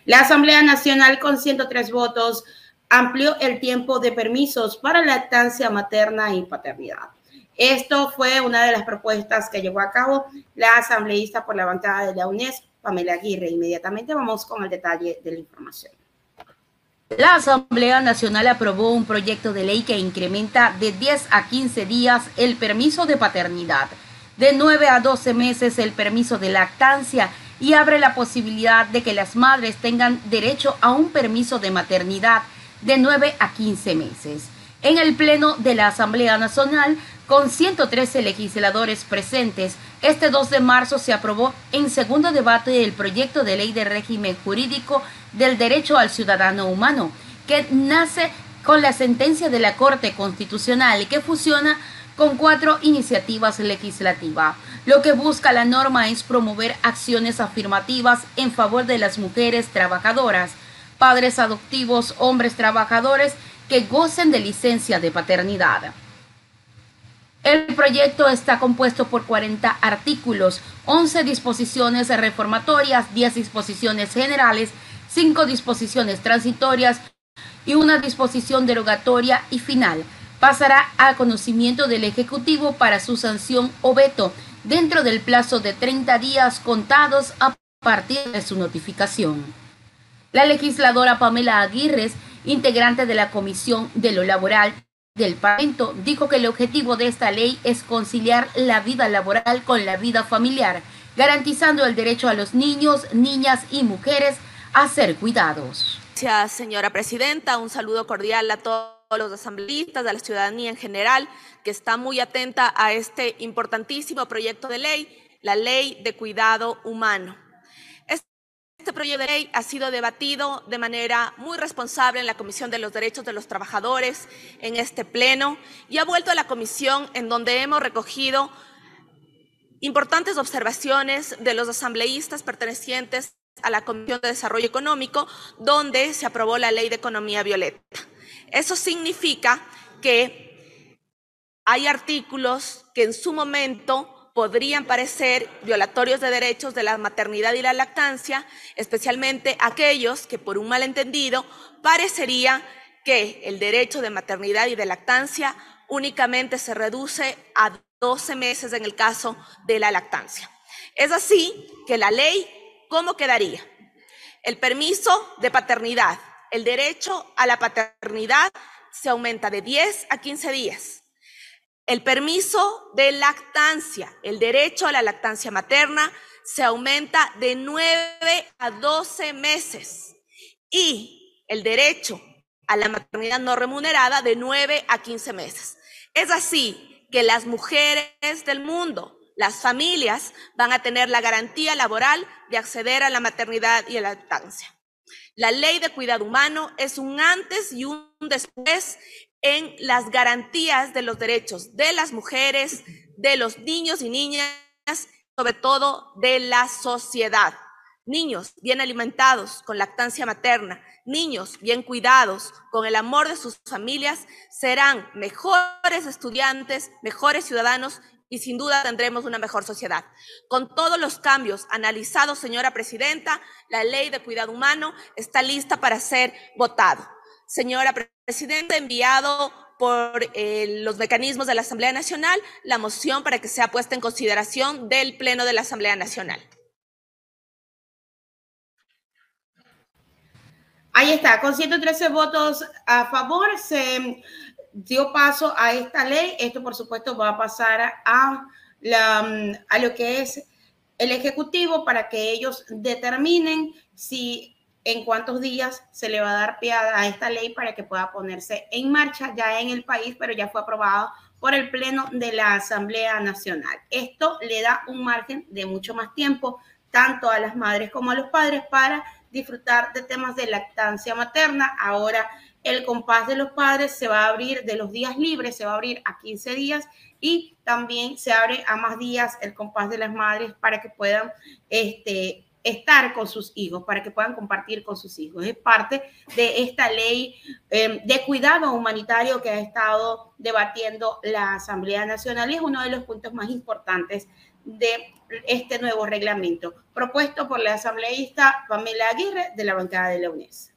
La Asamblea Nacional, con 103 votos, amplió el tiempo de permisos para lactancia materna y paternidad. Esto fue una de las propuestas que llevó a cabo la asambleísta por la bancada de la UNES, Pamela Aguirre. Inmediatamente vamos con el detalle de la información. La Asamblea Nacional aprobó un proyecto de ley que incrementa de 10 a 15 días el permiso de paternidad, de 9 a 12 meses el permiso de lactancia y abre la posibilidad de que las madres tengan derecho a un permiso de maternidad de 9 a 15 meses. En el Pleno de la Asamblea Nacional, con 113 legisladores presentes, este 2 de marzo se aprobó en segundo debate el proyecto de ley de régimen jurídico del derecho al ciudadano humano, que nace con la sentencia de la Corte Constitucional y que fusiona con 4 iniciativas legislativas. Lo que busca la norma es promover acciones afirmativas en favor de las mujeres trabajadoras, padres adoptivos, hombres trabajadores que gocen de licencia de paternidad. El proyecto está compuesto por 40 artículos, 11 disposiciones reformatorias, 10 disposiciones generales, 5 disposiciones transitorias y una disposición derogatoria y final. Pasará a conocimiento del Ejecutivo para su sanción o veto dentro del plazo de 30 días contados a partir de su notificación. La legisladora Pamela Aguirre, integrante de la Comisión de lo Laboral del Parlamento, dijo que el objetivo de esta ley es conciliar la vida laboral con la vida familiar, garantizando el derecho a los niños, niñas y mujeres a ser cuidados. Gracias, señora presidenta. Un saludo cordial a todos los asambleístas, a la ciudadanía en general, que está muy atenta a este importantísimo proyecto de ley, la Ley de Cuidado Humano. Este proyecto de ley ha sido debatido de manera muy responsable en la Comisión de los Derechos de los Trabajadores, en este pleno, y ha vuelto a la comisión en donde hemos recogido importantes observaciones de los asambleístas pertenecientes a la Comisión de Desarrollo Económico, donde se aprobó la Ley de Economía Violeta. Eso significa que hay artículos que en su momento podrían parecer violatorios de derechos de la maternidad y la lactancia, especialmente aquellos que por un malentendido parecería que el derecho de maternidad y de lactancia únicamente se reduce a 12 meses en el caso de la lactancia. Es así que la ley, ¿cómo quedaría? El permiso de paternidad, el derecho a la paternidad se aumenta de 10 a 15 días. El permiso de lactancia, el derecho a la lactancia materna, se aumenta de 9 a 12 meses. Y el derecho a la maternidad no remunerada de 9 a 15 meses. Es así que las mujeres del mundo, las familias, van a tener la garantía laboral de acceder a la maternidad y a la lactancia. La Ley de Cuidado Humano es un antes y un después en las garantías de los derechos de las mujeres, de los niños y niñas, sobre todo de la sociedad. Niños bien alimentados con lactancia materna, niños bien cuidados con el amor de sus familias, serán mejores estudiantes, mejores ciudadanos y sin duda tendremos una mejor sociedad. Con todos los cambios analizados, señora presidenta, la Ley de Cuidado Humano está lista para ser votado. Señora presidenta, he enviado por los mecanismos de la Asamblea Nacional la moción para que sea puesta en consideración del Pleno de la Asamblea Nacional. Ahí está, con 113 votos a favor se dio paso a esta ley. Esto, por supuesto, va a pasar a lo que es el Ejecutivo para que ellos determinen si en cuántos días se le va a dar pie a esta ley para que pueda ponerse en marcha ya en el país, pero ya fue aprobado por el Pleno de la Asamblea Nacional. Esto le da un margen de mucho más tiempo, tanto a las madres como a los padres, para disfrutar de temas de lactancia materna. Ahora el compás de los padres se va a abrir de los días libres, se va a abrir a 15 días y también se abre a más días el compás de las madres para que puedan estar con sus hijos, para que puedan compartir con sus hijos. Es parte de esta ley de cuidado humanitario que ha estado debatiendo la Asamblea Nacional y es uno de los puntos más importantes de este nuevo reglamento propuesto por la asambleísta Pamela Aguirre de la bancada de la UNES.